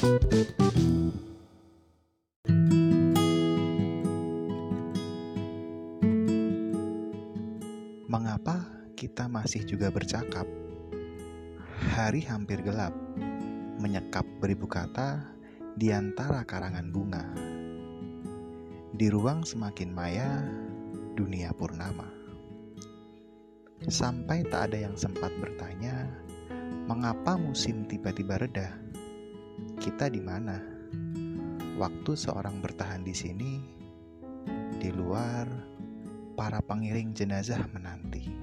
Mengapa kita masih juga bercakap? Hari hampir gelap, menyekap beribu kata di antara karangan bunga. Di ruang semakin maya, dunia purnama. Sampai tak ada yang sempat bertanya, mengapa musim tiba-tiba reda? Kita di mana? Waktu seorang bertahan di sini, di luar para pengiring jenazah menanti.